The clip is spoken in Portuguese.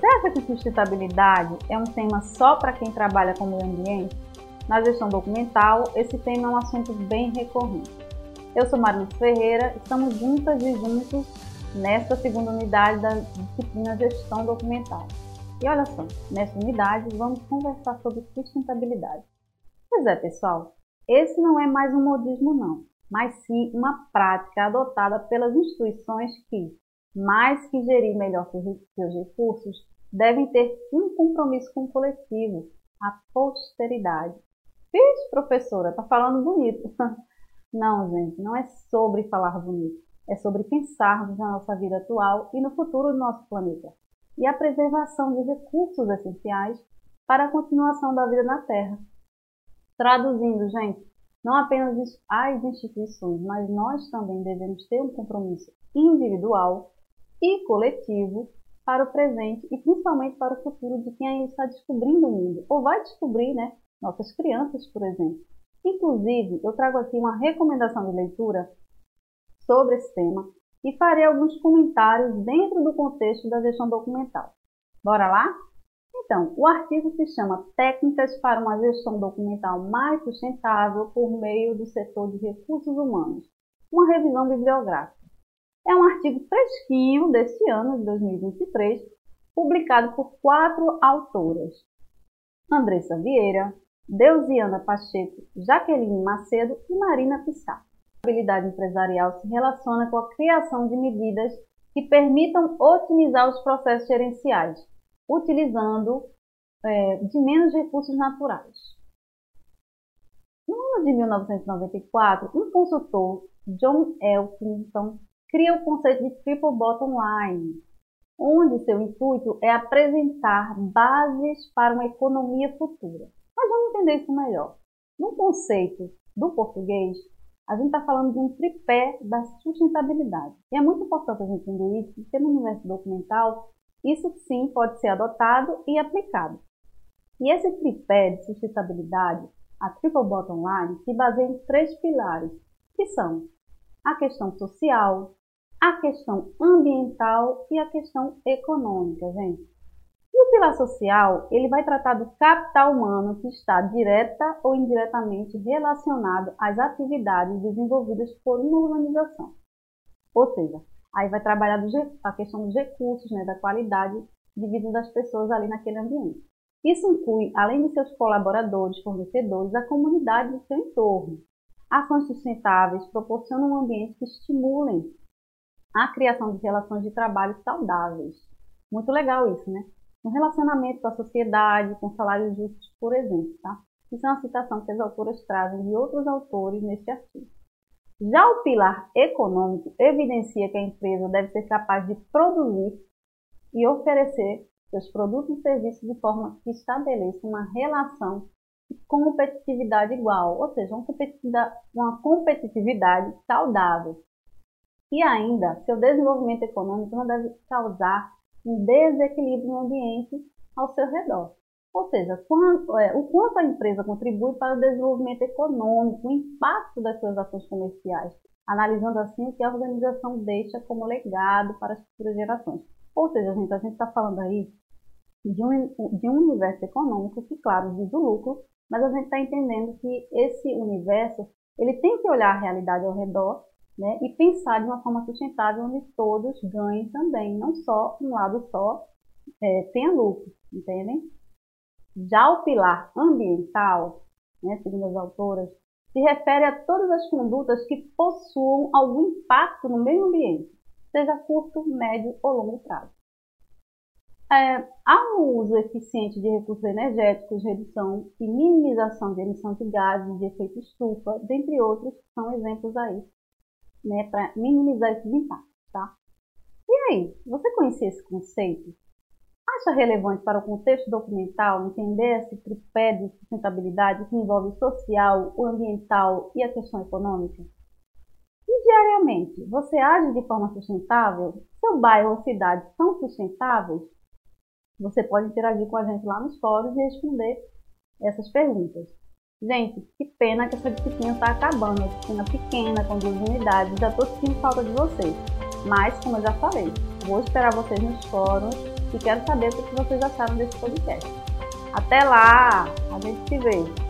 acha que sustentabilidade é um tema só para quem trabalha com o meio ambiente? Na gestão documental, esse tema é um assunto bem recorrente. Eu sou Marluz Ferreira, estamos juntas e juntos nesta segunda unidade da disciplina Gestão Documental. E olha só, nessa unidade vamos conversar sobre sustentabilidade. Pois é, pessoal, esse não é mais um modismo não, mas sim uma prática adotada pelas instituições que, mais que gerir melhor seus recursos, devem ter um compromisso com o coletivo, a posteridade. Vixe, professora, tá falando bonito. Não, gente, não é sobre falar bonito. É sobre pensarmos na nossa vida atual e no futuro do nosso planeta. E a preservação de recursos essenciais para a continuação da vida na Terra. Traduzindo, gente, não apenas as instituições, mas nós também devemos ter um compromisso individual e coletivo para o presente e principalmente para o futuro de quem ainda está descobrindo o mundo, ou vai descobrir, né? Nossas crianças, por exemplo. Inclusive, eu trago aqui uma recomendação de leitura sobre esse tema e farei alguns comentários dentro do contexto da gestão documental. Bora lá? Então, o artigo se chama Técnicas para uma gestão documental mais sustentável por meio do setor de recursos humanos, uma revisão bibliográfica. É um artigo fresquinho deste ano, de 2023, publicado por 4 autoras: Andressa Vieira, Deusiana Pacheco, Jaqueline Macedo e Marina Pissarro. A habilidade empresarial se relaciona com a criação de medidas que permitam otimizar os processos gerenciais, utilizando de menos recursos naturais. No ano de 1994, um consultor, John Elkington, cria o conceito de Triple Bottom Line, onde seu intuito é apresentar bases para uma economia futura. Mas vamos entender isso melhor. No conceito do português, a gente está falando de um tripé da sustentabilidade. E é muito importante a gente entender isso, porque no universo documental, isso sim pode ser adotado e aplicado. E esse tripé de sustentabilidade, a Triple Bottom Line, se baseia em 3 pilares, que são a questão social, a questão ambiental e a questão econômica, gente. E o pilar social, ele vai tratar do capital humano que está direta ou indiretamente relacionado às atividades desenvolvidas por uma organização. Ou seja, aí vai trabalhar a questão dos recursos, né, da qualidade de vida das pessoas ali naquele ambiente. Isso inclui, além de seus colaboradores, fornecedores, a comunidade do seu entorno. Ações sustentáveis proporcionam um ambiente que estimulem a criação de relações de trabalho saudáveis. Muito legal isso, né? Um relacionamento com a sociedade, com salários justos, por exemplo, tá? Isso é uma citação que as autoras trazem de outros autores neste artigo. Já o pilar econômico evidencia que a empresa deve ser capaz de produzir e oferecer seus produtos e serviços de forma que estabeleça uma relação de competitividade igual, ou seja, uma competitividade saudável. E ainda, seu desenvolvimento econômico não deve causar um desequilíbrio no ambiente ao seu redor. Ou seja, o quanto a empresa contribui para o desenvolvimento econômico, o impacto das suas ações comerciais, analisando assim o que a organização deixa como legado para as futuras gerações. Ou seja, a gente está falando aí de um universo econômico que, claro, visa o lucro, mas a gente está entendendo que esse universo ele tem que olhar a realidade ao redor, né, e pensar de uma forma sustentável onde todos ganhem também, não só um lado só tenha lucro, entendem? Já o pilar ambiental, né, segundo as autoras, se refere a todas as condutas que possuam algum impacto no meio ambiente, seja a curto, médio ou longo prazo. Há um uso eficiente de recursos energéticos, redução e minimização de emissão de gases de efeito estufa, dentre outros, são exemplos aí, né, para minimizar esses impactos, tá? E aí, você conhecia esse conceito? Acha relevante para o contexto documental entender esse tripé de sustentabilidade que envolve o social, o ambiental e a questão econômica? E diariamente, você age de forma sustentável? Seu bairro ou cidade são sustentáveis? Você pode interagir com a gente lá nos fóruns e responder essas perguntas. Gente, que pena que essa disciplina está acabando. Uma disciplina pequena, com 2 unidades. Já estou sentindo falta de vocês. Mas, como eu já falei, vou esperar vocês nos fóruns e quero saber o que vocês acharam desse podcast. Até lá, a gente se vê!